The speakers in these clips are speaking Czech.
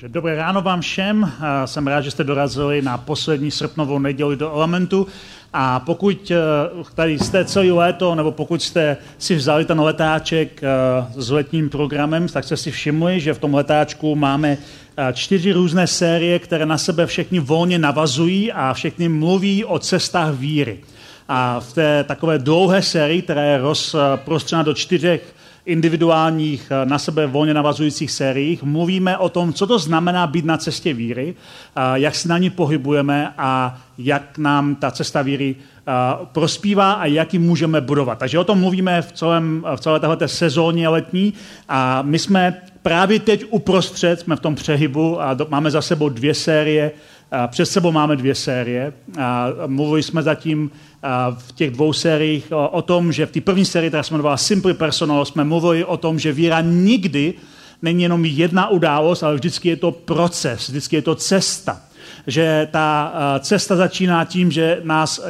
Dobré ráno vám všem. Jsem rád, že jste dorazili na poslední srpnovou neděli do Elementu. A pokud tady jste celý léto, nebo pokud jste si vzali ten letáček s letním programem, tak jste si všimli, že v tom letáčku máme 4 různé série, které na sebe všechny volně navazují a všechny mluví o cestách víry. A v té takové dlouhé sérii, která je rozprostřena do 4 individuálních, na sebe volně navazujících sériích, mluvíme o tom, co to znamená být na cestě víry, jak se na ní pohybujeme a jak nám ta cesta víry prospívá a jak ji můžeme budovat. Takže o tom mluvíme v celé téhleté sezóně letní a my jsme právě teď uprostřed, jsme v tom přehybu a máme za sebou 2 série, před sebou máme 2 série. Mluvili jsme zatím v těch 2 sériích o tom, že v té první sérii, která se jmenovala Simply Personal, jsme mluvili o tom, že víra nikdy není jenom jedna událost, ale vždycky je to proces, vždycky je to cesta. Že ta cesta začíná tím, že nás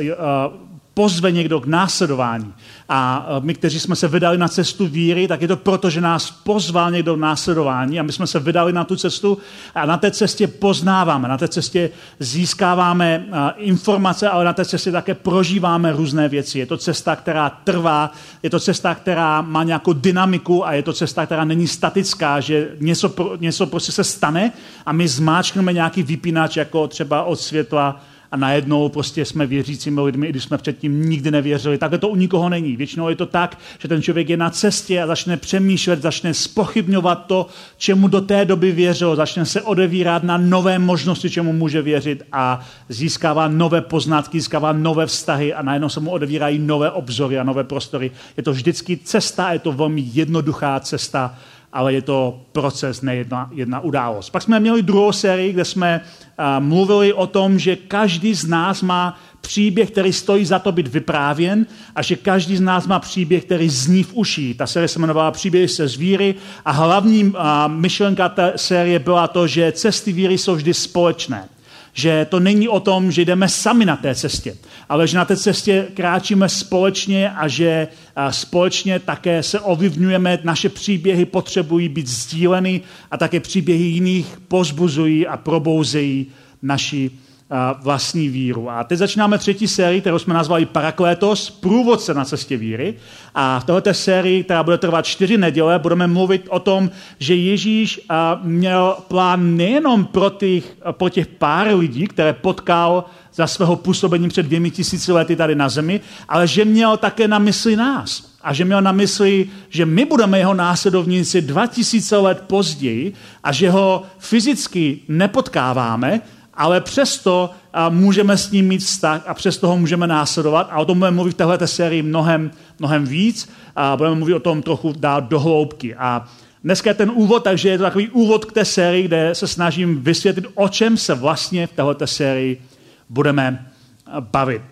pozve někdo k následování. A my, kteří jsme se vydali na cestu víry, tak je to proto, že nás pozval někdo k následování a my jsme se vydali na tu cestu a na té cestě poznáváme, na té cestě získáváme informace, ale na té cestě také prožíváme různé věci. Je to cesta, která trvá, je to cesta, která má nějakou dynamiku a je to cesta, která není statická, že něco prostě se stane a my zmáčkneme nějaký vypínač, jako třeba od světla, a najednou prostě jsme věřícími lidmi, i když jsme předtím nikdy nevěřili. Takhle to u nikoho není. Většinou je to tak, že ten člověk je na cestě a začne přemýšlet, začne zpochybňovat to, čemu do té doby věřil, začne se odevírat na nové možnosti, čemu může věřit a získává nové poznatky, získává nové vztahy a najednou se mu odevírají nové obzory a nové prostory. Je to vždycky cesta, je to velmi jednoduchá cesta, ale je to proces, ne jedna událost. Pak jsme měli 2. sérii, kde jsme mluvili o tom, že každý z nás má příběh, který stojí za to být vyprávěn a že každý z nás má příběh, který zní v uší. Ta série se jmenovala Příběhy se z víry a hlavní myšlenka té série byla to, že cesty víry jsou vždy společné. Že to není o tom, že jdeme sami na té cestě, ale že na té cestě kráčíme společně a že společně také se ovlivňujeme, naše příběhy potřebují být sdíleny a také příběhy jiných povzbuzují a probouzejí naši vlastní víru. A teď začínáme 3. sérii, kterou jsme nazvali Paraklétos, průvodce na cestě víry. A v této sérii, která bude trvat 4 neděle, budeme mluvit o tom, že Ježíš měl plán nejenom pro těch pár lidí, které potkal za svého působení před 2000 lety tady na zemi, ale že měl také na mysli nás. A že měl na mysli, že my budeme jeho následovníci 2000 let později a že ho fyzicky nepotkáváme, ale přesto můžeme s ním mít vztah a přesto ho můžeme následovat. A o tom budeme mluvit v této sérii mnohem víc a budeme mluvit o tom trochu dál do hloubky. A dneska je ten úvod, takže je to takový úvod k té sérii, kde se snažím vysvětlit, o čem se vlastně v této sérii budeme bavit.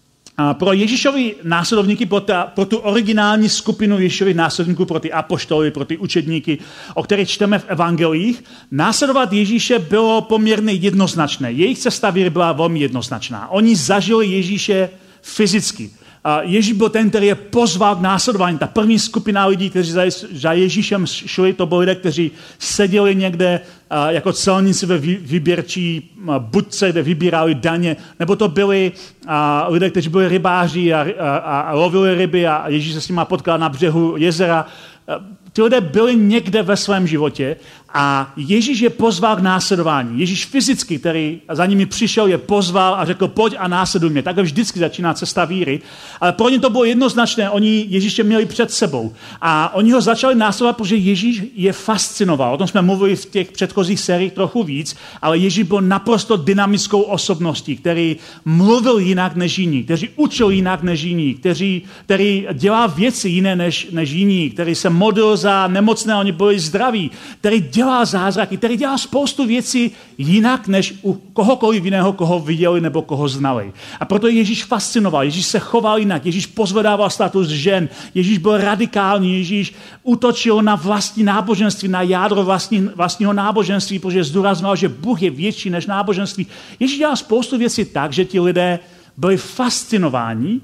Pro Ježíšovi následovníky, pro tu originální skupinu Ježíšových následníků, pro ty apoštoly, pro ty učedníky, o kterých čteme v evangelích, následovat Ježíše bylo poměrně jednoznačné. Jejich cesta víry byla velmi jednoznačná. Oni zažili Ježíše fyzicky. Ježíš byl ten, který je pozval k následování. Ta první skupina lidí, kteří za Ježíšem šli, to byli lidé, kteří seděli někde jako celníci ve výběrčí budce, kde vybírali daně, nebo to byli lidé, kteří byli rybáři a lovili ryby a Ježíš se s nimi potkal na břehu jezera. Ty lidé byli někde ve svém životě a Ježíš je pozval k následování. Ježíš fyzicky, který za nimi přišel, je pozval a řekl, pojď a následuj mě. Takhle vždycky začíná cesta víry. Ale pro ně to bylo jednoznačné, oni Ježíše měli před sebou. A oni ho začali následovat, protože Ježíš je fascinoval. O tom jsme mluvili v těch předchozích sériích trochu víc, ale Ježíš byl naprosto dynamickou osobností, který mluvil jinak než jiní, který učil jinak než jiní, který dělal věci jiné než jiní, který se modlil za nemocné, oni byli zdraví, který dělá zázraky, který dělá spoustu věcí jinak než u kohokoliv jiného, koho viděli nebo koho znali. A proto Ježíš fascinoval, Ježíš se choval jinak, Ježíš pozvedával status žen, Ježíš byl radikální, Ježíš útočil na vlastní náboženství, na jádro vlastního náboženství, protože zdůrazňoval, že Bůh je větší než náboženství. Ježíš dělal spoustu věcí tak, že ti lidé byli fascinováni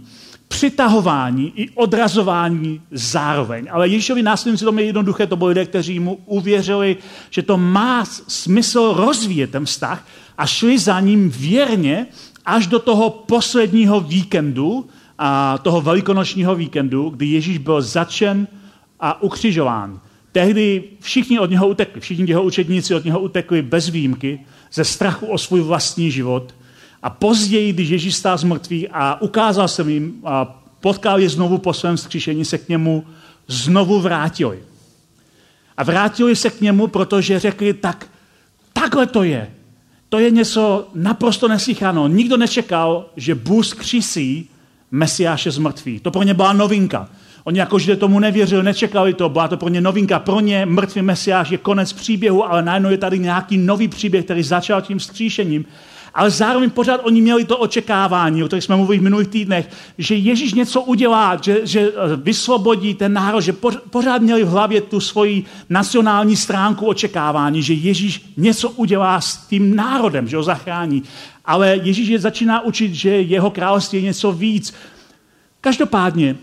přitahování i odrazování zároveň. Ale Ježíšovi následníci to měli jednoduché, to byli lidé, kteří mu uvěřili, že to má smysl rozvíjet ten vztah a šli za ním věrně až do toho posledního víkendu, a toho velikonočního víkendu, kdy Ježíš byl zatčen a ukřižován. Tehdy všichni od něho utekli, všichni jeho učedníci od něho utekli bez výjimky, ze strachu o svůj vlastní život. A později, když Ježíš stál z mrtvých a ukázal se jim a potkal je znovu po svém vzkříšení, se k němu znovu vrátili. A vrátili se k němu, protože řekli, takhle to je. To je něco naprosto neslýchaného. Nikdo nečekal, že Bůh vzkřísí Mesiáše z mrtvých. To pro ně byla novinka. Oni jako Židé tomu nevěřili, nečekali to, byla to pro ně novinka. Pro ně mrtvý Mesiáš je konec příběhu, ale najednou je tady nějaký nový příběh, který začal tím vzkříšením. Ale zároveň pořád oni měli to očekávání, o kterém jsme mluvili v minulých týdnech, že Ježíš něco udělá, že vysvobodí ten národ, že pořád měli v hlavě tu svoji nacionální stránku očekávání, že Ježíš něco udělá s tím národem, že ho zachrání. Ale Ježíš je začíná učit, že jeho království je něco víc. Každopádně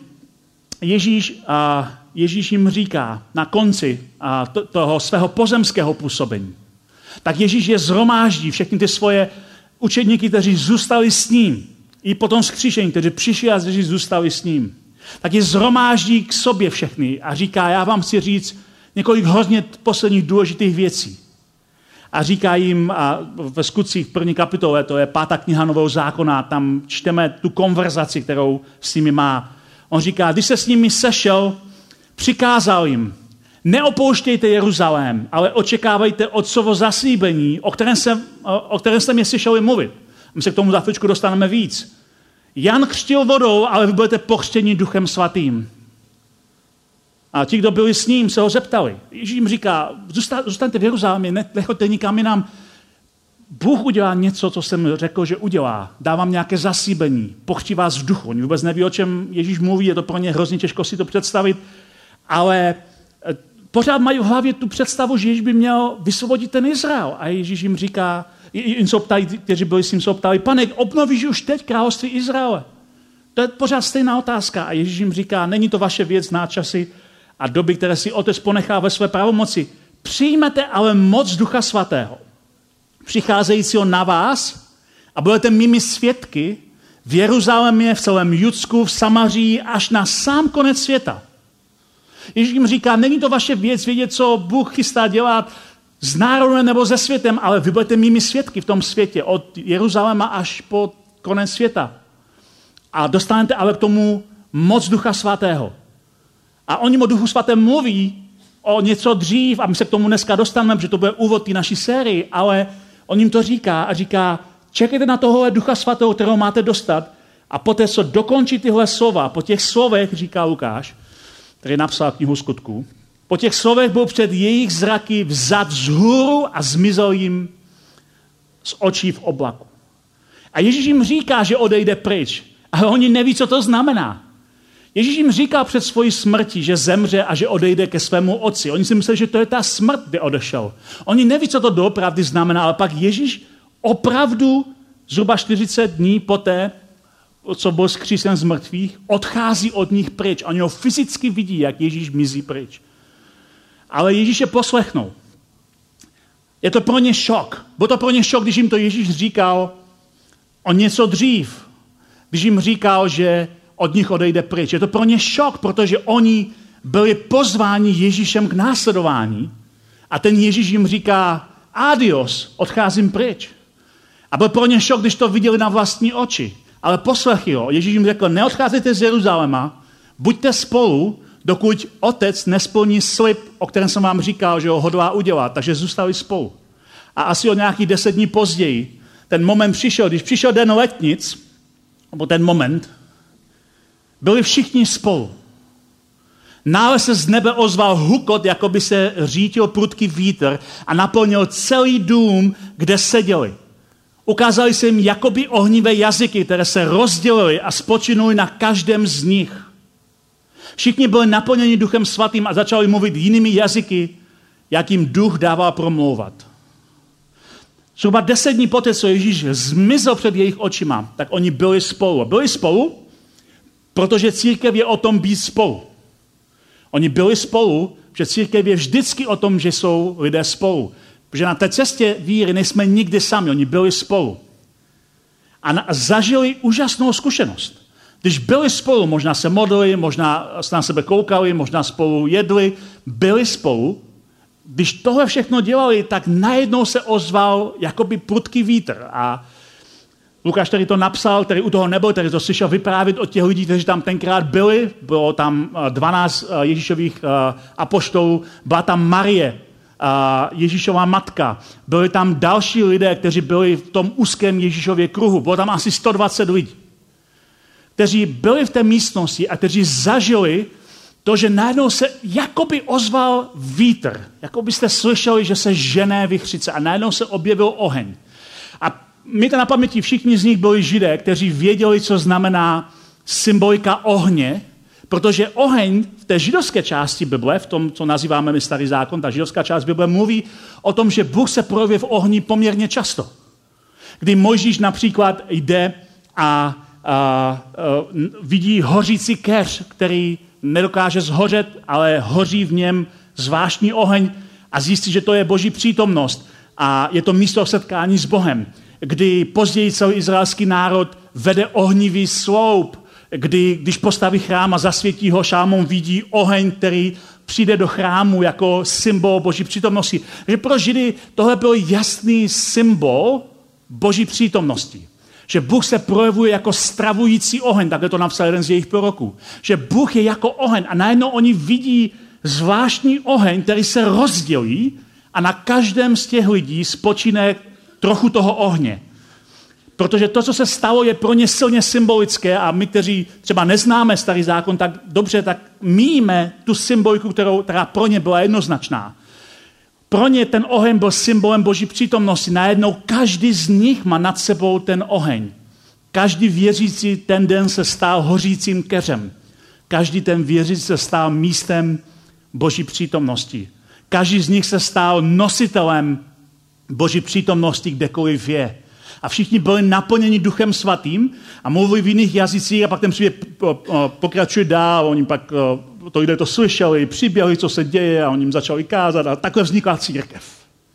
Ježíš jim říká na konci toho svého pozemského působení. Tak Ježíš je zhromáždí všechny ty svoje učedníky, kteří zůstali s ním. I po tom vzkříšení, kteří přišli a kteří zůstali s ním. Tak je zhromáždí k sobě všechny a říká, já vám chci říct několik hodně posledních důležitých věcí. A říká jim ve Skutcích 1. kapitole, to je 5. kniha Nového zákona, tam čteme tu konverzaci, kterou s nimi má. On říká, když se s nimi sešel, přikázal jim, neopouštějte Jeruzalém, ale očekávejte Otcovo zaslíbení, o kterém jste mě slyšeli mluvit. My se k tomu za chvíličku dostaneme víc. Jan křtil vodou, ale vy budete pokřtěni Duchem svatým. A ti, kdo byli s ním, se ho zeptali. Ježíš jim říká, zůstaňte v Jeruzalémě, nechoďte nikam jinam. Bůh udělá něco, co jsem řekl, že udělá. Dá vám nějaké zaslíbení, pokřtí vás v duchu. Oni vůbec neví, o čem Ježíš mluví, je to pro ně hrozně těžko si to představit, ale pořád mají v hlavě tu představu, že Ježíš by měl vysvobodit ten Izrael. A Ježíš jim říká, kteří byli s ním, se ptali, Pane, obnovíš už teď království Izraele? To je pořád stejná otázka. A Ježíš jim říká, není to vaše věc, znát časy a doby, které si Otec ponechá ve své pravomoci. Přijmete ale moc Ducha Svatého, přicházejícího na vás a budete mými svědky v Jeruzalémě, v celém Judsku, v Samaří, až na sám konec světa. Ježíš jim říká, není to vaše věc vědět, co Bůh chystá dělat s národem nebo se světem, ale vy budete mými svědky v tom světě, od Jeruzaléma až po konec světa. A dostanete ale k tomu moc Ducha Svatého. A oni o Duchu Svatém mluví o něco dřív, a my se k tomu dneska dostaneme, protože to bude úvod té naší sérii, ale on jim to říká a říká, čekejte na tohohle Ducha Svatého, kterého máte dostat, a poté, co dokončí tyhle slova, po těch slovech, říká Lukáš, který napsal knihu Skutků, po těch slovech byl před jejich zraky vzat vzhůru a zmizel jim z očí v oblaku. A Ježíš jim říká, že odejde pryč, ale oni neví, co to znamená. Ježíš jim říká před svojí smrtí, že zemře a že odejde ke svému otci. Oni si mysleli, že to je ta smrt, kde odešel. Oni neví, co to doopravdy znamená, ale pak Ježíš opravdu zhruba 40 dní poté, co byl vzkříšen z mrtvých, odchází od nich pryč. Oni ho fyzicky vidí, jak Ježíš mizí pryč. Ale Ježíš je poslechnou. Je to pro ně šok. Byl to pro ně šok, když jim to Ježíš říkal o něco dřív. Když jim říkal, že od nich odejde pryč. Je to pro ně šok, protože oni byli pozváni Ježíšem k následování a ten Ježíš jim říká adios, odcházím pryč. A byl pro ně šok, když to viděli na vlastní oči. Ale poslechli ho. Ježíš jim řekl, neodcházejte z Jeruzaléma, buďte spolu, dokud otec nesplní slib, o kterém jsem vám říkal, že ho hodlá udělat. Takže zůstali spolu. A asi o nějakých 10 dní později ten moment přišel, když přišel den letnic, nebo ten moment, byli všichni spolu. Náhle se z nebe ozval hukot, jako by se řítil prudký vítr a naplnil celý dům, kde seděli. Ukázali se jim jakoby ohnivé jazyky, které se rozdělily a spočinuly na každém z nich. Všichni byli naplněni Duchem Svatým a začali mluvit jinými jazyky, jak jim duch dával promlouvat. Zhruba 10 dní poté, co Ježíš zmizel před jejich očima, tak oni byli spolu. Byli spolu, Protože církev je o tom být spolu. Oni byli spolu, že církev je vždycky o tom, že jsou lidé spolu. Protože na té cestě víry nejsme nikdy sami, oni byli spolu. A zažili úžasnou zkušenost. Když byli spolu, možná se modlili, možná se na sebe koukali, možná spolu jedli, byli spolu. Když tohle všechno dělali, tak najednou se ozval jakoby prudký vítr. A Lukáš, který to napsal, který u toho nebyl, který to slyšel vyprávět od těch lidí, kteří tam tenkrát byli. Bylo tam 12 Ježíšových apoštolů, byla tam Marie, Ježíšova matka. Byli tam další lidé, kteří byli v tom úzkém Ježíšově kruhu. Bylo tam asi 120 lidí, kteří byli v té místnosti a kteří zažili to, že najednou se jakoby ozval vítr. Jako byste slyšeli, že se žené vichřice a najednou se objevil oheň. A mějte na paměti, všichni z nich byli Židé, kteří věděli, co znamená symbolika ohně, protože oheň v té židovské části Bible, v tom, co nazýváme my Starý zákon, ta židovská část Bible mluví o tom, že Bůh se projevuje v ohni poměrně často. Kdy Mojžíš například jde a vidí hořící keř, který nedokáže zhořet, ale hoří v něm zvláštní oheň a zjistí, že to je Boží přítomnost a je to místo setkání s Bohem, kdy později celý izraelský národ vede ohnivý sloup, když postaví chrám a zasvětí ho, Šalamón vidí oheň, který přijde do chrámu jako symbol Boží přítomnosti. Takže pro Židy tohle byl jasný symbol Boží přítomnosti. Že Bůh se projevuje jako stravující oheň, takhle to napsal jeden z jejich proroků. Že Bůh je jako oheň a najednou oni vidí zvláštní oheň, který se rozdělí a na každém z těch lidí spočíne trochu toho ohně. Protože to, co se stalo, je pro ně silně symbolické a my, kteří třeba neznáme Starý zákon tak dobře, tak míjíme tu symboliku, která pro ně byla jednoznačná. Pro ně ten oheň byl symbolem Boží přítomnosti. Najednou každý z nich má nad sebou ten oheň. Každý věřící ten den se stal hořícím keřem. Každý ten věřící se stal místem Boží přítomnosti. Každý z nich se stal nositelem Boží přítomnosti kdekoliv je. A všichni byli naplněni Duchem Svatým a mluvili v jiných jazycích a pak ten příběh pokračuje dál. Oni pak lidé to slyšeli, přiběhli, co se děje a oni jim začali kázat a takhle vznikla církev.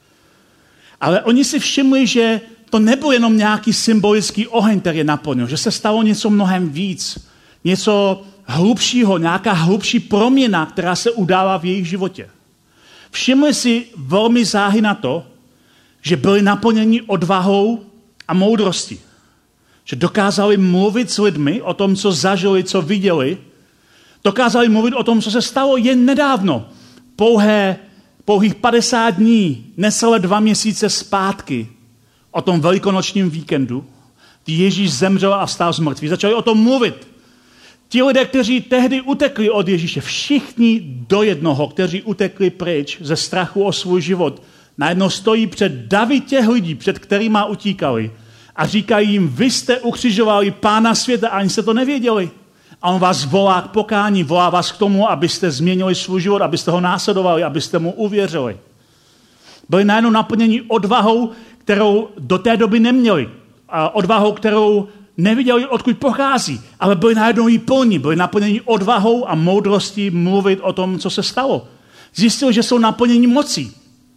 Ale oni si všimli, že to nebyl jenom nějaký symbolický oheň, který je naplnil, že se stalo něco mnohem víc, něco hlubšího, nějaká hlubší proměna, která se udála v jejich životě. Všimli si velmi záhy na to, že byli naplněni odvahou a moudrostí. Že dokázali mluvit s lidmi o tom, co zažili, co viděli. Dokázali mluvit o tom, co se stalo jen nedávno. Pouhých 50 dní, necelé 2 měsíce zpátky, o tom velikonočním víkendu, kdy Ježíš zemřel a vstal z mrtvých. Začali o tom mluvit. Ti lidé, kteří tehdy utekli od Ježíše, všichni do jednoho, kteří utekli pryč ze strachu o svůj život, najednou stojí před davy těch lidí, před kterýma utíkali a říkají jim, vy jste ukřižovali Pána světa a ani jste to nevěděli. A on vás volá k pokání, volá vás k tomu, abyste změnili svůj život, abyste ho následovali, abyste mu uvěřili. Byli najednou naplněni odvahou, kterou do té doby neměli. A odvahou, kterou neviděli, odkud pochází, ale byli najednou jí plní. Byli naplněni odvahou a moudrostí mluvit o tom, co se stalo. Zjistili, že jsou naplněni mocí.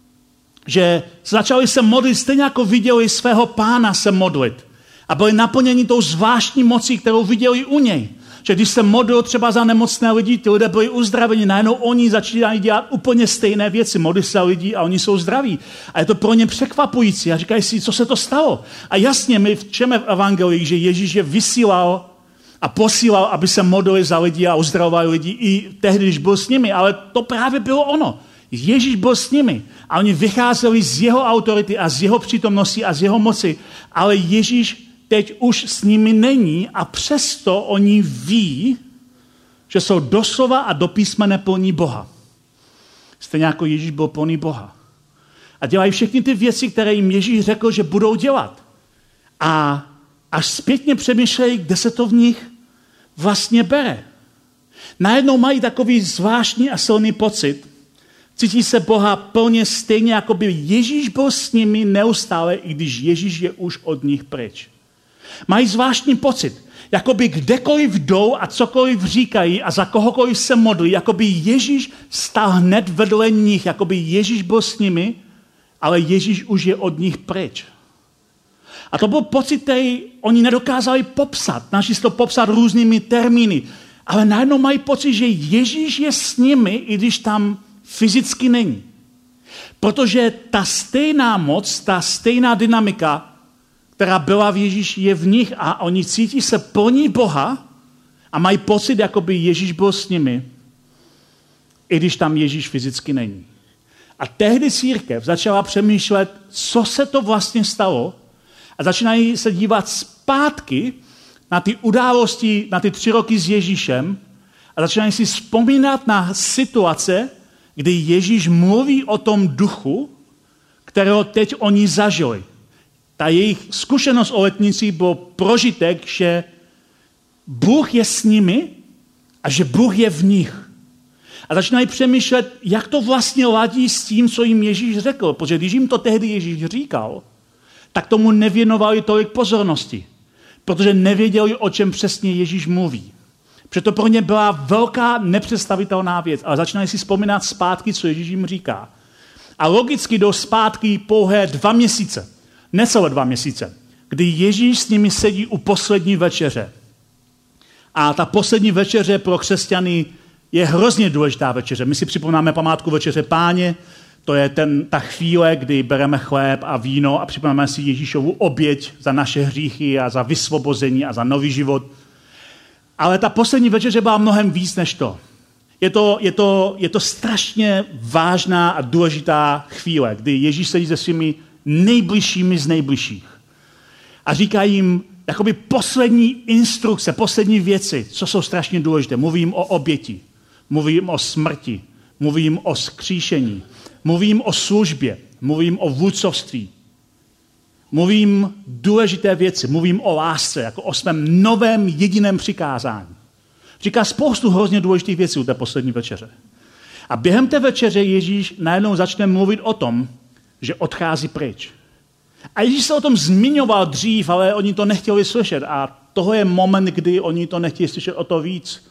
Že začali se modlit, stejně jako viděli svého Pána se modlit. A byli naplněni tou zvláštní mocí, kterou viděli u něj. Že když se modlil třeba za nemocné lidi, ty lidé byli uzdraveni, najednou oni začínají dělat úplně stejné věci. Modlí se lidi a oni jsou zdraví. A je to pro ně překvapující. A říkají si, co se to stalo. A jasně, my čteme v evangelii, že Ježíš je vysílal a posílal, aby se modlili za lidi a uzdravovali lidi i tehdy, když byl s nimi. Ale to právě bylo ono. Ježíš byl s nimi a oni vycházeli z jeho autority a z jeho přítomnosti a z jeho moci. Ale Ježíš teď už s nimi není a přesto oni ví, že jsou doslova a do písmene plní Boha. Stejně jako Ježíš byl plný Boha. A dělají všechny ty věci, které jim Ježíš řekl, že budou dělat. A až zpětně přemýšlejí, kde se to v nich vlastně bere. Najednou mají takový zvláštní a silný pocit, cítí se Boha plně stejně, jako by Ježíš byl s nimi neustále, i když Ježíš je už od nich pryč. Mají zvláštní pocit, jakoby kdekoliv jdou a cokoliv říkají a za kohokoliv se modlí, jakoby Ježíš stál hned vedle nich, jakoby Ježíš byl s nimi, ale Ježíš už je od nich pryč. A to byl pocit, který oni nedokázali popsat. Snaží se to popsat různými termíny. Ale najednou mají pocit, že Ježíš je s nimi, i když tam fyzicky není. Protože ta stejná moc, ta stejná dynamika, která byla v Ježíši, je v nich a oni cítí se plní Boha a mají pocit, jako by Ježíš byl s nimi, i když tam Ježíš fyzicky není. A tehdy církev začala přemýšlet, co se to vlastně stalo, a začínají se dívat zpátky na ty události, na ty 3 roky s Ježíšem a začínají si vzpomínat na situace, kdy Ježíš mluví o tom duchu, kterého teď oni zažili. Ta jejich zkušenost o letnici byl prožitek, že Bůh je s nimi a že Bůh je v nich. A začínají přemýšlet, jak to vlastně ladí s tím, co jim Ježíš řekl. Protože když jim to tehdy Ježíš říkal, tak tomu nevěnovali tolik pozornosti, protože nevěděli, o čem přesně Ježíš mluví. Proto pro ně byla velká nepředstavitelná věc, ale začínají si vzpomínat zpátky, co Ježíš jim říká. A logicky jdou zpátky pouhé 2 měsíce, necelé 2 měsíce, kdy Ježíš s nimi sedí u poslední večeře. A ta poslední večeře pro křesťany je hrozně důležitá večeře. My si připomínáme památku Večeře Páně, to je ta chvíle, kdy bereme chléb a víno a připomínáme si Ježíšovu oběť za naše hříchy a za vysvobození a za nový život. Ale ta poslední večeře byla mnohem víc než to. Je to strašně vážná a důležitá chvíle, kdy Ježíš sedí se svými nejbližšími z nejbližších. A říká jim jakoby poslední instrukce, poslední věci, co jsou strašně důležité. Mluvím o oběti, mluvím o smrti, mluvím o vzkříšení, mluvím o službě, mluvím o vůdcovství, mluvím důležité věci, mluvím o lásce, jako o svém novém jediném přikázání. Říká spoustu hrozně důležitých věcí u té poslední večeře. A během té večeře Ježíš najednou začne mluvit o tom, že odchází pryč. A Ježíš se o tom zmiňoval dřív, ale oni to nechtěli slyšet. A toho je moment, kdy oni to nechtěli slyšet o to víc.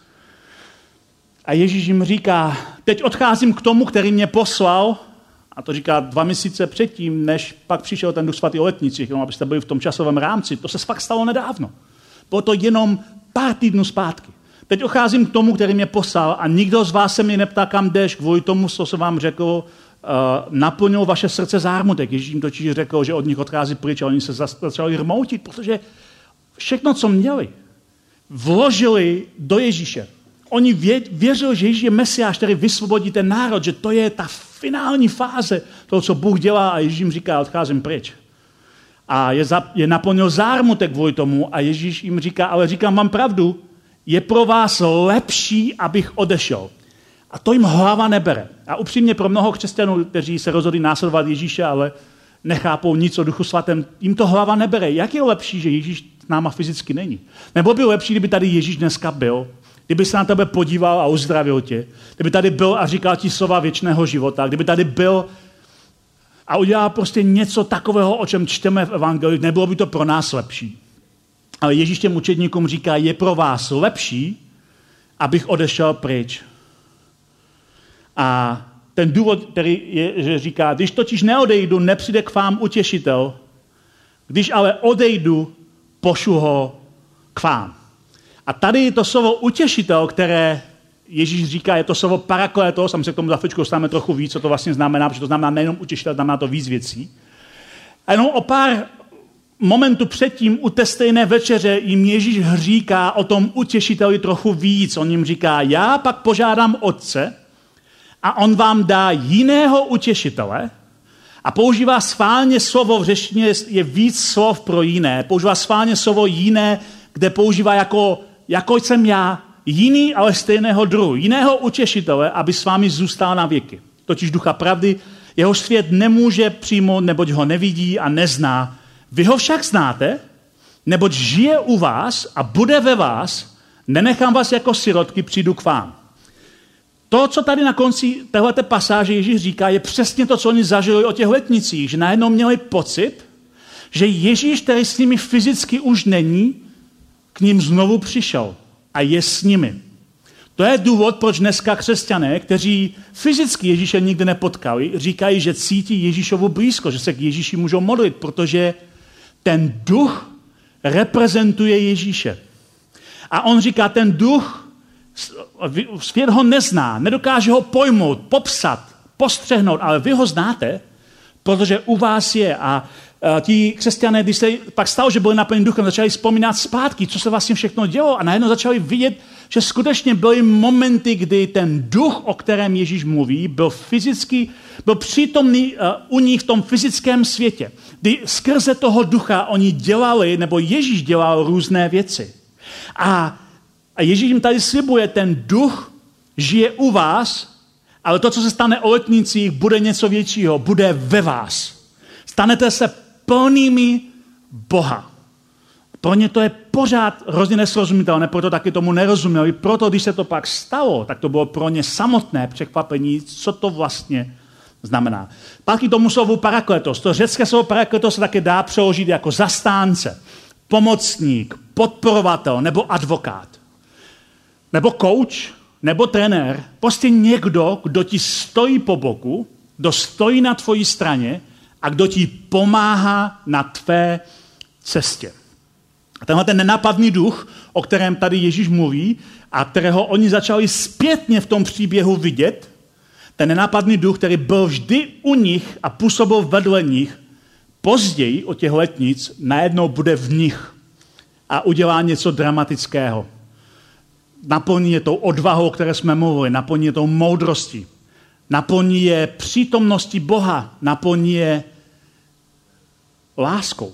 A Ježíš jim říká, teď odcházím k tomu, který mě poslal, a to říká 2 měsíce předtím, než pak přišel ten Duch Svatý o letnici, abyste byli v tom časovém rámci. To se fakt stalo nedávno. Bylo to jenom pár týdnů zpátky. Teď odcházím k tomu, který mě poslal a nikdo z vás se mě neptá, kam jdeš, kvůli tomu, co jsem vám řekl, naplnil vaše srdce zármutek. Ježíš jim totiž řekl, že od nich odchází pryč a oni se začali rmoutit, protože všechno, co měli, vložili do Ježíše. Oni věřili, že Ježíš je Mesiáš, který vysvobodí ten národ, že to je ta finální fáze toho, co Bůh dělá a Ježíš jim říká, odcházím pryč. A je naplnil zármutek kvůli tomu a Ježíš jim říká, ale říkám vám pravdu, je pro vás lepší, abych odešel. A to jim hlava nebere. A upřímně pro mnoho křesťanů, kteří se rozhodli následovat Ježíše, ale nechápou nic o Duchu Svatém, jim to hlava nebere. Jak je lepší, že Ježíš s náma fyzicky není? Nebo by lepší, kdyby tady Ježíš dneska byl, kdyby se na tebe podíval a uzdravil tě, kdyby tady byl a říkal ti slova věčného života, kdyby tady byl a udělal prostě něco takového, o čem čteme v Evangeliu, nebylo by to pro nás lepší. Ale Ježíš těm učedníkům říká, je pro vás lepší, abych odešel pryč. A ten důvod, který je, že říká, když totiž neodejdu, nepřijde k vám utěšitel, když ale odejdu, pošlu ho k vám. A tady to slovo utěšitel, které Ježíš říká, je to slovo parakletos, a my se k tomu za chvíličku dostaneme trochu víc, co to vlastně znamená, protože to znamená nejenom utěšitel, znamená to víc věcí. A jenom o pár momentů předtím u té stejné večeře jim Ježíš říká o tom utěšiteli trochu víc. On jim říká, já pak požádám Otce a on vám dá jiného utěšitele a používá schválně slovo, v řečtině je víc slov pro jiné, používá schválně slovo jiné, kde používá jako jsem já, jiný, ale stejného druhu, jiného utěšitele, aby s vámi zůstal na věky. Totiž Ducha pravdy, jeho svět nemůže přijmout, neboť ho nevidí a nezná. Vy ho však znáte, neboť žije u vás a bude ve vás, nenechám vás jako sirotky, přijdu k vám. To, co tady na konci téhleté pasáže Ježíš říká, je přesně to, co oni zažili o těch letnicích, že najednou měli pocit, Že Ježíš, který s nimi fyzicky už není, k ním znovu přišel a je s nimi. To je důvod, proč dneska křesťané, kteří fyzicky Ježíše nikdy nepotkali, říkají, že cítí Ježíšovu blízko, že se k Ježíši můžou modlit, protože ten duch reprezentuje Ježíše. A on říká, ten duch, svět ho nezná, nedokáže ho pojmout, popsat, postřehnout, ale vy ho znáte, protože u vás je. A ti křesťané, když se pak stalo, že byli naplněni duchem, začali vzpomínat zpátky, co se vlastně všechno dělo a najednou začali vidět, že skutečně byly momenty, kdy ten duch, o kterém Ježíš mluví, byl přítomný u nich v tom fyzickém světě. Kdy skrze toho ducha oni dělali, nebo Ježíš dělal různé věci. A Ježíš jim tady slibuje, ten duch žije u vás, ale to, co se stane o letnicích, bude něco většího, bude ve vás. Stanete se plnými Boha. Pro ně to je pořád hrozně nesrozumitelné, proto taky tomu nerozuměli. Proto, když se to pak stalo, tak to bylo pro ně samotné překvapení, co to vlastně znamená. Pak i tomu slovu parakletos. To řecké slovo parakletos se také dá přeložit jako zastánce, pomocník, podporovatel nebo advokát. Nebo coach, nebo trenér. Prostě někdo, kdo ti stojí po boku, kdo stojí na tvojí straně a kdo ti pomáhá na tvé cestě. A tenhle ten nenápadný duch, o kterém tady Ježíš mluví a kterého oni začali zpětně v tom příběhu vidět, ten nenápadný duch, který byl vždy u nich a působil vedle nich, později od těch letnic najednou bude v nich a udělá něco dramatického. Naplní je tou odvahou, o které jsme mluvili, naplní je tou moudrostí, naplní je přítomností Boha, naplní je láskou.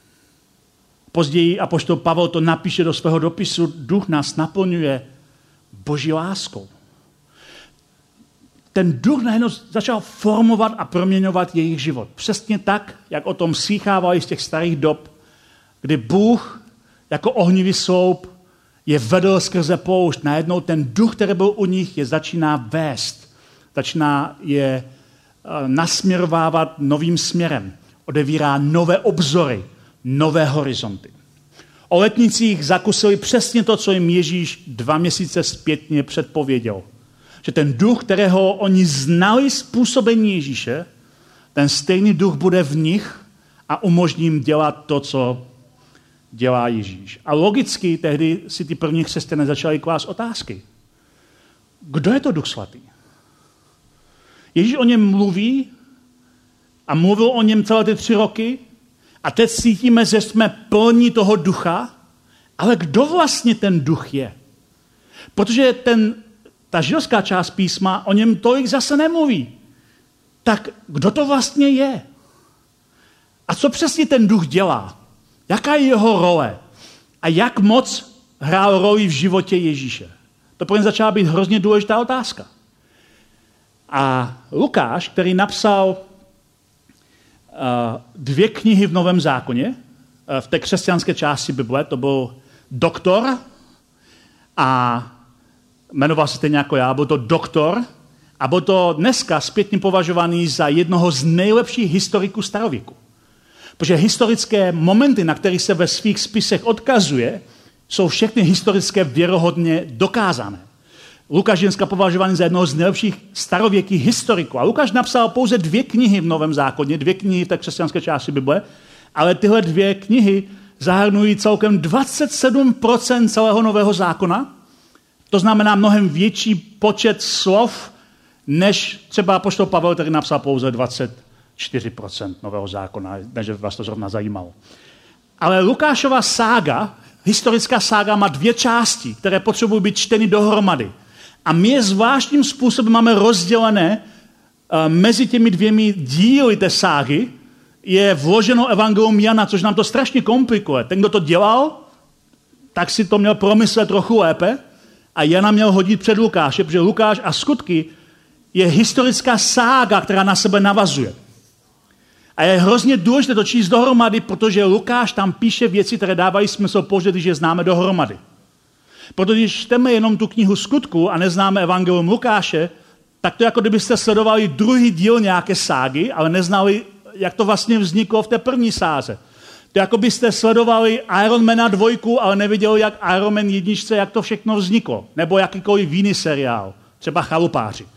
Později apoštol Pavel to napíše do svého dopisu, duch nás naplňuje Boží láskou. Ten duch najednou začal formovat a proměňovat jejich život. Přesně tak, jak o tom slýchávali z těch starých dob, kdy Bůh jako ohnivý sloup je vedl skrze poušť. Najednou ten duch, který byl u nich, je začíná vést. Začíná je nasměrovávat novým směrem. Odevírá nové obzory, nové horizonty. O letnicích zakusili přesně to, co jim Ježíš 2 měsíce zpětně předpověděl. Že ten duch, kterého oni znali z působení Ježíše, ten stejný duch bude v nich a umožní jim dělat to, co dělá Ježíš. A logicky tehdy si ty první křesťané začali klást otázky. Kdo je to Duch svatý? Ježíš o něm mluví a mluvil o něm celé ty 3 roky a teď cítíme, že jsme plní toho ducha, ale kdo vlastně ten duch je? Protože ta židovská část písma o něm tolik zase nemluví. Tak kdo to vlastně je? A co přesně ten duch dělá? Jaká je jeho role? A jak moc hrál roli v životě Ježíše? To pro ně začala být hrozně důležitá otázka. A Lukáš, který napsal 2 knihy v Novém zákoně, v té křesťanské části Bible, to byl doktor a jmenoval se stejně jako já, byl to doktor a byl to dneska zpětně považovaný za jednoho z nejlepších historiků starověku. Protože historické momenty, na kterých se ve svých spisech odkazuje, jsou všechny historické věrohodně dokázané. Lukáš je dneska považovaný za jednoho z nejlepších starověkých historiků. A Lukáš napsal pouze 2 knihy v Novém zákoně, 2 knihy v té křesťanské části Bible, ale tyhle 2 knihy zahrnují celkem 27% celého Nového zákona. To znamená mnohem větší počet slov, než třeba apoštol Pavel, který napsal pouze 24% Nového zákona, než vás to zrovna zajímalo. Ale Lukášova sága, historická sága, má 2 části, které potřebují být čteny dohromady. A my je zvláštním způsobem máme rozdělené mezi těmi 2 díly té ságy, je vloženo evangelium Jana, což nám to strašně komplikuje. Ten, kdo to dělal, tak si to měl promyslet trochu lépe a Jana měl hodit před Lukáše, protože Lukáš a Skutky je historická sága, která na sebe navazuje. A je hrozně důležité to číst dohromady, protože Lukáš tam píše věci, které dávají smysl pouze, když je známe dohromady. Protože když čteme jenom tu knihu Skutků a neznáme evangelium Lukáše, tak to jako kdybyste sledovali druhý díl nějaké ságy, ale neznali, jak to vlastně vzniklo v té první sáze. To jako byste sledovali Ironmana 2, ale neviděli, jak Ironman 1, jak to všechno vzniklo. Nebo jakýkoliv jiný seriál, třeba Chalupáři.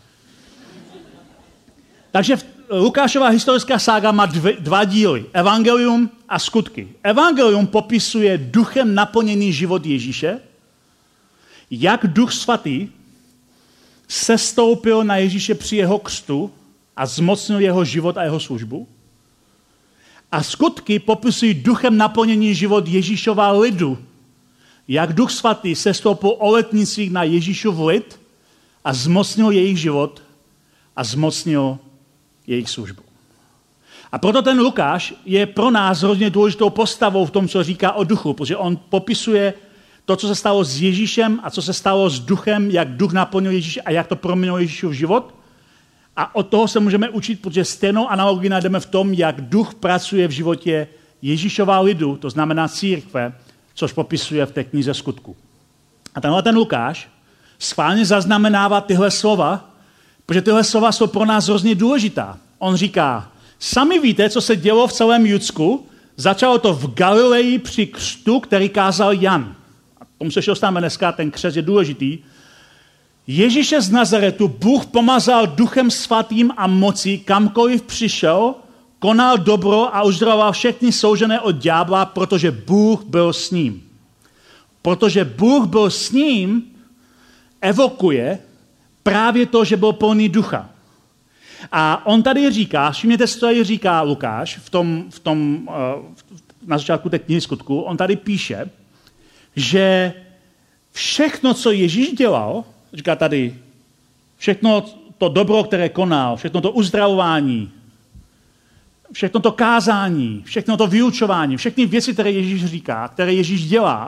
Takže Lukášova historická sága má dva díly. Evangelium a skutky. Evangelium popisuje duchem naplněný život Ježíše, jak Duch Svatý sestoupil na Ježíše při jeho křtu a zmocnil jeho život a jeho službu. A skutky popisují duchem naplněný život Ježíšova lidu, jak Duch Svatý sestoupil o letnicích na Ježíšův lid a zmocnil jejich život a zmocnil jejich službu. A proto ten Lukáš je pro nás hrozně důležitou postavou v tom, co říká o duchu, protože on popisuje to, co se stalo s Ježíšem a co se stalo s duchem, jak duch naplnil Ježíše a jak to proměnilo Ježíšův život. A od toho se můžeme učit, protože stejnou analogii najdeme v tom, jak duch pracuje v životě Ježíšova lidu, to znamená církve, což popisuje v té knize Skutku. A tenhle ten Lukáš schválně zaznamenává tyhle slova, protože tyhle slova jsou pro nás hrozně důležitá. On říká, sami víte, co se dělo v celém Judsku, začalo to v Galileji při křtu, který kázal Jan. A tomu se ještě dostáváme dneska, ten křest je důležitý. Ježíše z Nazaretu Bůh pomazal duchem svatým a mocí, kamkoliv přišel, konal dobro a uzdravoval všechny soužené od ďábla, protože Bůh byl s ním. Protože Bůh byl s ním, evokuje právě to, že byl plný ducha. A on tady říká, všimněte si, co tady říká Lukáš na začátku té knihy Skutku, on tady píše, že všechno, co Ježíš dělal, říká tady, všechno to dobro, které konal, všechno to uzdravování, všechno to kázání, všechno to vyučování, všechny věci, které Ježíš říká, které Ježíš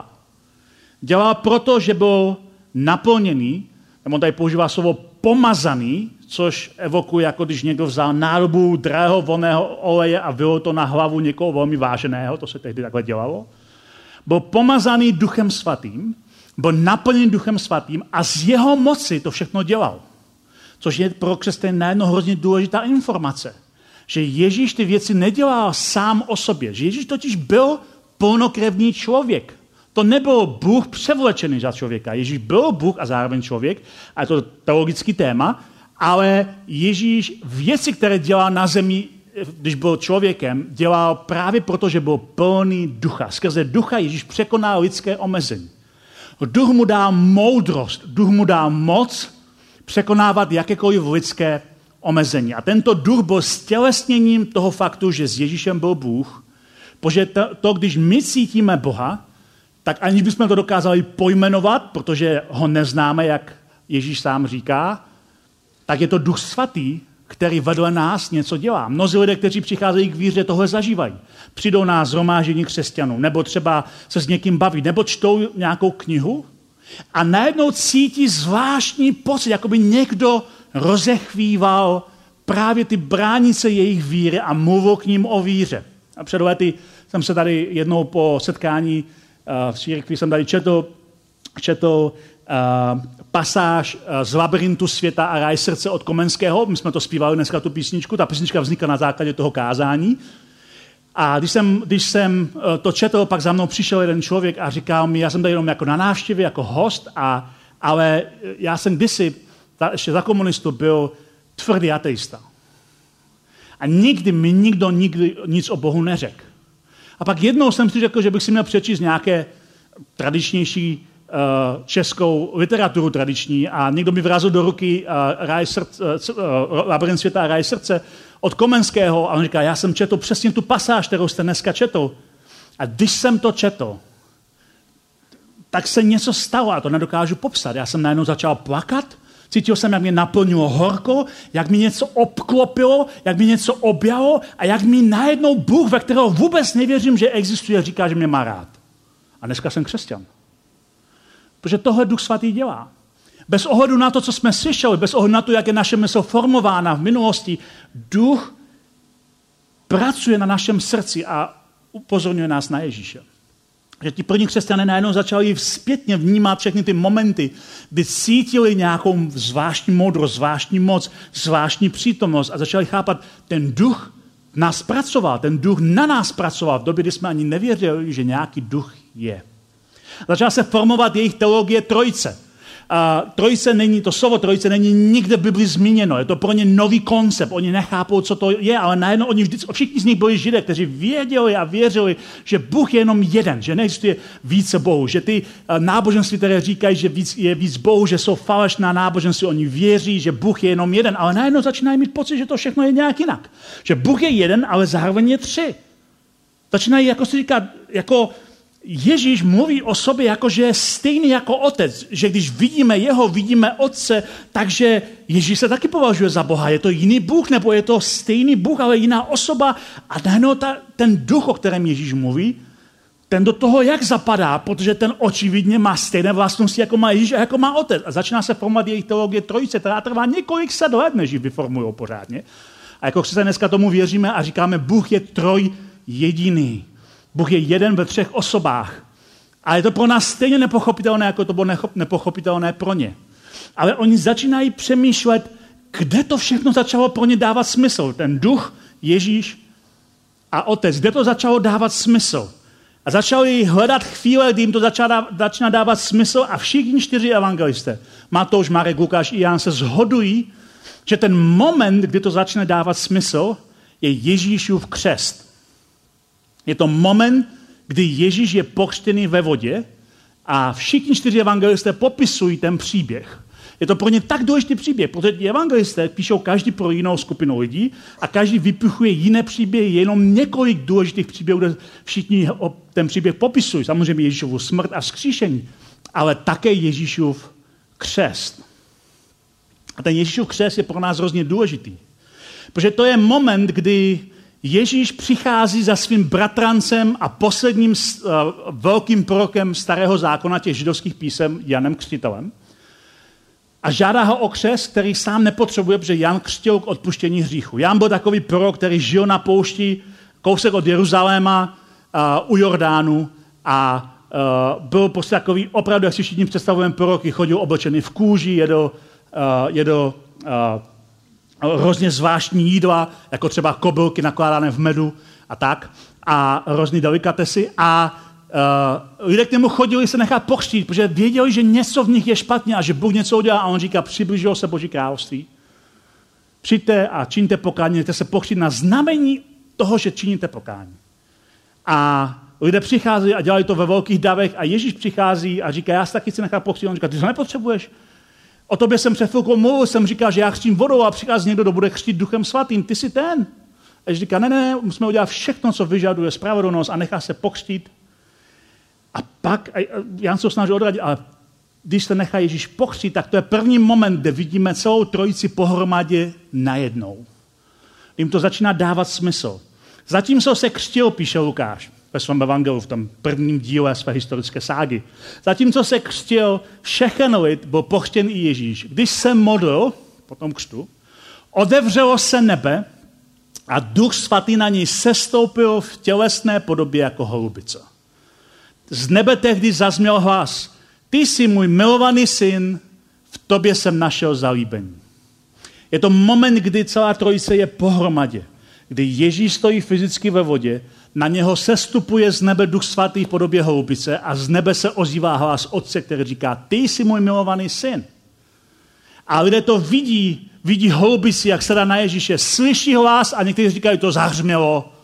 dělá proto, že byl naplněný, nebo on tady používá slovo pomazaný, což evokuje, jako když někdo vzal nádobu drahého vonného oleje a vylil to na hlavu někoho velmi váženého, to se tehdy takhle dělalo. Byl pomazaný duchem svatým, byl naplněn duchem svatým a z jeho moci to všechno dělal. Což je pro křesťany najednou hrozně důležitá informace. Že Ježíš ty věci nedělal sám o sobě. Že Ježíš totiž byl plnokrevný člověk. To nebyl Bůh převlečený za člověka. Ježíš byl Bůh a zároveň člověk, a je to teologický téma, ale Ježíš věci, které dělal na zemi, když byl člověkem, dělal právě proto, že byl plný ducha. Skrze ducha Ježíš překonal lidské omezení. Duch mu dal moudrost, duch mu dal moc překonávat jakékoliv lidské omezení. A tento duch byl stělesněním toho faktu, že s Ježíšem byl Bůh, protože to, když my cítíme Boha, tak aniž bychom to dokázali pojmenovat, protože ho neznáme, jak Ježíš sám říká, tak je to Duch Svatý, který vedle nás něco dělá. Mnozí lidé, kteří přicházejí k víře, tohle zažívají. Přijdou na shromáždění křesťanů, nebo třeba se s někým baví, nebo čtou nějakou knihu a najednou cítí zvláštní pocit, jako by někdo rozechvíval právě ty bránice jejich víry a mluvil k ním o víře. A před lety jsem se tady jednou po setkání v církvi jsem tady četl pasáž z Labyrintu světa a ráj srdce od Komenského. My jsme to zpívali dneska, tu písničku. Ta písnička vznikla na základě toho kázání. A když jsem to četl, pak za mnou přišel jeden člověk a říkal mi, já jsem tady jenom jako na návštěvě, jako host, ale já jsem kdysi, ještě za komunistu, byl tvrdý ateista. A nikdy mi nikdo nic o Bohu neřekl. A pak jednou jsem si řekl, že bych si měl přečíst nějaké tradičnější českou literaturu tradiční a někdo mi vrazil do ruky Labyrint světa a ráj srdce od Komenského a on říká, já jsem četl přesně tu pasáž, kterou jste dneska četl. A když jsem to četl, tak se něco stalo a to nedokážu popsat. Já jsem najednou začal plakat, cítil jsem, jak mě naplnilo horko, jak mi něco obklopilo, jak mi něco objalo a jak mi najednou Bůh, ve kterého vůbec nevěřím, že existuje, říká, že mě má rád. A dneska jsem křesťan. Protože tohle Duch Svatý dělá. Bez ohledu na to, co jsme slyšeli, bez ohledu na to, jak je naše mysl formována v minulosti, Duch pracuje na našem srdci a upozorňuje nás na Ježíše. Že ti první křesťané najednou začali zpětně vnímat všechny ty momenty, kdy cítili nějakou zvláštní moudrost, zvláštní moc, zvláštní přítomnost a začali chápat, ten duch nás pracoval, ten duch na nás pracoval v době, kdy jsme ani nevěřili, že nějaký duch je. Začala se formovat jejich teologie trojice. Trojice není, to slovo trojice není nikde v Bibli zmíněno. Je to pro ně nový koncept. Oni nechápou, co to je, ale najednou všichni z nich byli Židé, kteří věděli a věřili, že Bůh je jenom jeden, že neexistuje více Bohů, že ty náboženství, které říkají, že je víc Bohů, že jsou falešná náboženství, oni věří, že Bůh je jenom jeden, ale najednou začínají mít pocit, že to všechno je nějak jinak. Že Bůh je jeden, ale zároveň je tři. Začínají, jako se říká, jako Ježíš mluví o sobě jako, že je stejný jako otec, že když vidíme jeho, vidíme otce, takže Ježíš se taky považuje za Boha. Je to jiný Bůh, nebo je to stejný Bůh, ale jiná osoba? A najednou ten duch, o kterém Ježíš mluví, ten do toho jak zapadá, protože ten očividně má stejné vlastnosti, jako má Ježíš a jako má otec. A začíná se formovat jejich teologie trojice, která trvá několik set let, než ji vyformují pořádně. A jako křesťané dneska tomu věříme a říkáme, Bůh je trojjediný. Bůh je jeden ve třech osobách. A je to pro nás stejně nepochopitelné, jako to bylo nepochopitelné pro ně. Ale oni začínají přemýšlet, kde to všechno začalo pro ně dávat smysl. Ten duch, Ježíš a otec. Kde to začalo dávat smysl? A začali hledat chvíle, kdy jim to začíná dávat smysl a všichni 4 evangelisté, Matouš, Marek, Lukáš i Jan, se shodují, že ten moment, kdy to začne dávat smysl, je Ježíšův křest. Je to moment, kdy Ježíš je pokřtěný ve vodě a všichni 4 evangelisté popisují ten příběh. Je to pro ně tak důležitý příběh, protože ti evangelisté píšou každý pro jinou skupinu lidí a každý vypichuje jiné příběhy, jenom několik důležitých příběhů, kde všichni ten příběh popisují. Samozřejmě Ježíšovu smrt a vzkříšení, ale také Ježíšův křest. A ten Ježíšův křest je pro nás hrozně důležitý, protože to je moment, kdy Ježíš přichází za svým bratrancem a posledním velkým prorokem starého zákona těch židovských písem Janem Křtitelem a žádá ho o křest, který sám nepotřebuje, protože Jan křtil k odpuštění hříchu. Jan byl takový prorok, který žil na poušti, kousek od Jeruzaléma, u Jordánu a byl prostě takový opravdu, jak si všichni představujeme proroky, chodil oblečený v kůži, jedl hrozně zvláštní jídla, jako třeba kobylky nakládané v medu a tak, a různý delikatesy. A lidé k němu chodili se nechat pokřtít, protože věděli, že něco v nich je špatně a že Bůh něco udělá. A on říká, přiblížilo se Boží království. Přijďte a čiňte pokání, jdete se pokřtít na znamení toho, že činíte pokání. A lidé přichází a dělají to ve velkých davech a Ježíš přichází a říká, já se taky chci nechat pokřtít. On říká, ty to nepotřebuješ. O tobě jsem před chvilkou mluvil, jsem říkal, že já křtím vodou a přichází někdo, kdo bude křtít Duchem Svatým. Ty jsi ten. A Ježíš říká, ne, musíme udělat všechno, co vyžaduje spravedlnost a nechá se pokřtít. A pak, Jan se snaží odradit, ale když se nechá Ježíš pokřtít, tak to je první moment, kde vidíme celou trojici pohromadě najednou. Jim to začíná dávat smysl. Zatímco se křtil, píše Lukáš ve svém evangeliu, v tom prvním díle své historické ságy. Zatímco se křtil, všechen lid byl pokřtěn i Ježíš. Když se modlil, po tom křtu, otevřelo se nebe a Duch Svatý na něj sestoupil v tělesné podobě jako holubice. Z nebe tehdy zazněl hlas, ty jsi můj milovaný syn, v tobě jsem našel zalíbení. Je to moment, kdy celá trojice je pohromadě, kdy Ježíš stojí fyzicky ve vodě, na něho sestupuje z nebe Duch Svatý v podobě holubice a z nebe se ozývá hlas Otce, který říká, ty jsi můj milovaný syn. A lidé to vidí holubici, jak se dá na Ježíše, slyší hlas a někteří říkají, to zahřmělo,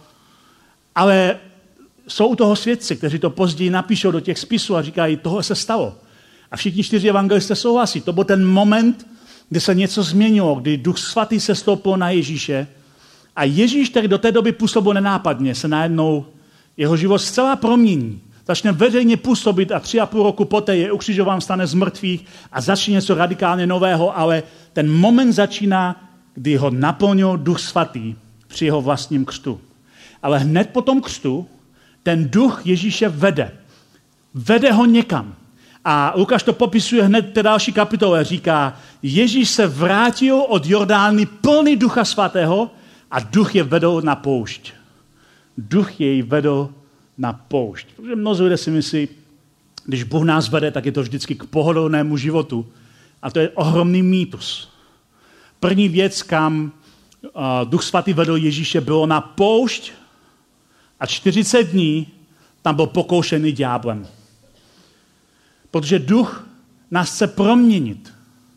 ale jsou u toho svědci, kteří to později napíšou do těch spisů a říkají, tohle se stalo. A všichni 4 evangelisté souhlasí. To byl ten moment, kdy se něco změnilo, kdy Duch Svatý se stoupil na Ježíše a Ježíš, který do té doby působil nenápadně, se najednou jeho život zcela promění. Začne veřejně působit a 3,5 roku poté je ukřižován, stane z mrtvých a začne něco radikálně nového, ale ten moment začíná, kdy ho naplnil Duch Svatý při jeho vlastním křtu. Ale hned po tom křtu ten duch Ježíše vede. Vede ho někam. A Lukáš to popisuje hned v té další kapitole. Říká, Ježíš se vrátil od Jordány plný Ducha Svatého a duch je vedl na poušť. Duch jej vedl na poušť. Protože mnozí lidé si myslí, když Bůh nás vede, tak je to vždycky k pohodlnému životu. A to je ohromný mýtus. První věc, kam Duch Svatý vedl Ježíše, bylo na poušť a 40 dní tam byl pokoušený ďáblem. Protože duch nás chce proměnit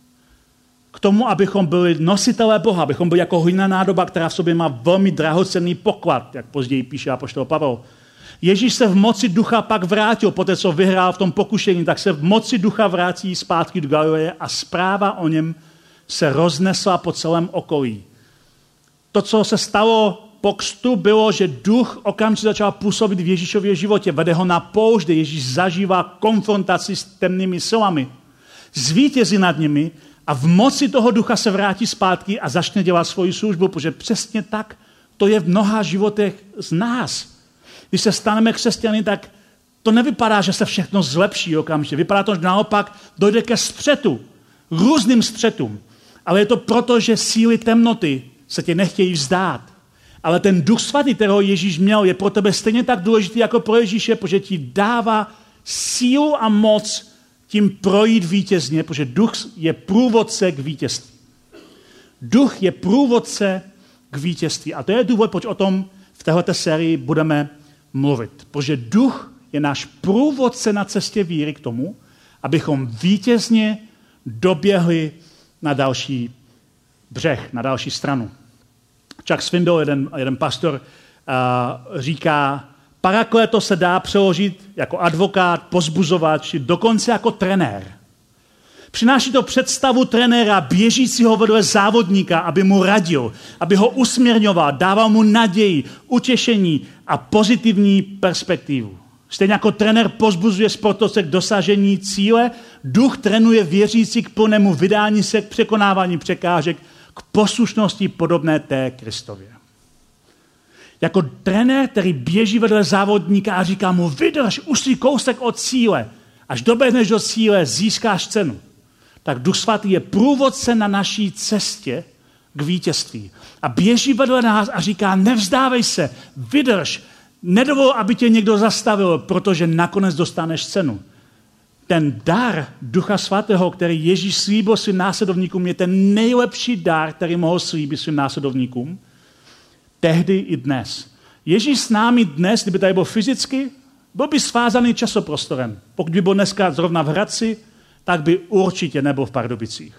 k tomu, abychom byli nositelé Boha, abychom byli jako hojná nádoba, která v sobě má velmi drahocenný poklad, jak později píše apoštol Pavel. Ježíš se v moci ducha pak vrátil, poté co vyhrál v tom pokušení, tak se v moci ducha vrátí zpátky do Galileje a zpráva o něm se roznesla po celém okolí. To, co se stalo po křtu, bylo, že duch okamžitě začal působit v Ježíšově životě. Vede ho na poušť, kde Ježíš zažívá konfrontaci s temnými silami. Zvítězí nad nimi a v moci toho ducha se vrátí zpátky a začne dělat svoji službu, protože přesně tak to je v mnoha životech z nás. Když se staneme křesťany, tak to nevypadá, že se všechno zlepší okamžitě. Vypadá to, že naopak dojde ke střetu, různým střetům. Ale je to proto, že síly temnoty se tě nechtějí vzdát. Ale ten Duch Svatý, kterého Ježíš měl, je pro tebe stejně tak důležitý jako pro Ježíše, protože ti dává sílu a moc tím projít vítězně, protože Duch je průvodce k vítězství. Duch je průvodce k vítězství. A to je důvod, proč o tom v této sérii budeme mluvit. Protože Duch je náš průvodce na cestě víry k tomu, abychom vítězně doběhli na další břeh, na další stranu. Chuck Swindoll, jeden pastor, říká, parakleto se dá přeložit jako advokát, pozbuzovač, dokonce jako trenér. Přináší to představu trenéra běžícího vedle závodníka, aby mu radil, aby ho usměrňoval, dával mu naději, utěšení a pozitivní perspektivu. Stejně jako trenér pozbuzuje sportovce k dosažení cíle, duch trénuje věřící k plnému vydání se, k překonávání překážek, k poslušnosti podobné té Kristově. Jako trenér, který běží vedle závodníka a říká mu, vydrž, už si kousek od cíle, až doběhneš do cíle, získáš cenu. Tak Duch Svatý je průvodce na naší cestě k vítězství. A běží vedle nás a říká, nevzdávej se, vydrž, nedovol, aby tě někdo zastavil, protože nakonec dostaneš cenu. Ten dar Ducha Svatého, který Ježíš slíbil svým následovníkům, je ten nejlepší dar, který mohl slíbit svým následovníkům, tehdy i dnes. Ježíš s námi dnes, kdyby tady byl fyzicky, byl by svázaný časoprostorem. Pokud by byl dneska zrovna v Hradci, tak by určitě nebyl v Pardubicích.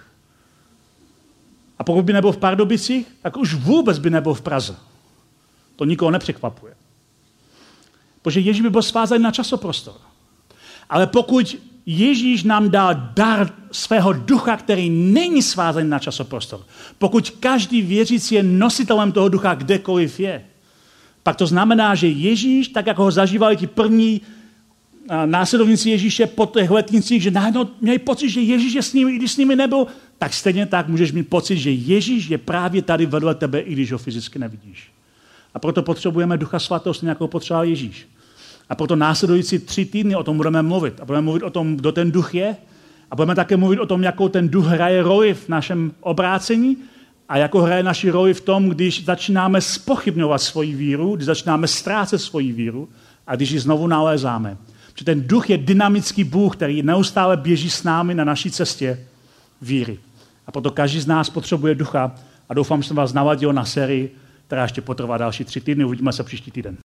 A pokud by nebyl v Pardubicích, tak už vůbec by nebyl v Praze. To nikoho nepřekvapuje. Protože Ježíš by byl svázaný na časoprostor. Ale pokud Ježíš nám dal dar svého ducha, který není svázaný na časoprostor, pokud každý věřící je nositelem toho ducha kdekoliv je, pak to znamená, že Ježíš, tak jako ho zažívali ti první následovníci Ježíše po těch letnicích, že najednou měli pocit, že Ježíš je s nimi, i když s nimi nebyl, tak stejně tak můžeš mít pocit, že Ježíš je právě tady vedle tebe, i když ho fyzicky nevidíš. A proto potřebujeme Ducha Svatého, stejně jako potřeboval Ježíš. A proto následující 3 týdny o tom budeme mluvit. A budeme mluvit o tom, kdo ten duch je. A budeme také mluvit o tom, jakou ten duch hraje roli v našem obrácení a jakou hraje naši roli v tom, když začínáme zpochybňovat svoji víru, když začínáme ztrácet svoji víru a když ji znovu nalézáme. Protože ten duch je dynamický Bůh, který neustále běží s námi na naší cestě víry. A proto každý z nás potřebuje ducha a doufám, že jsem vás navadil na sérii, která ještě potrvá další 3 týdny. Uvidíme se příští týden.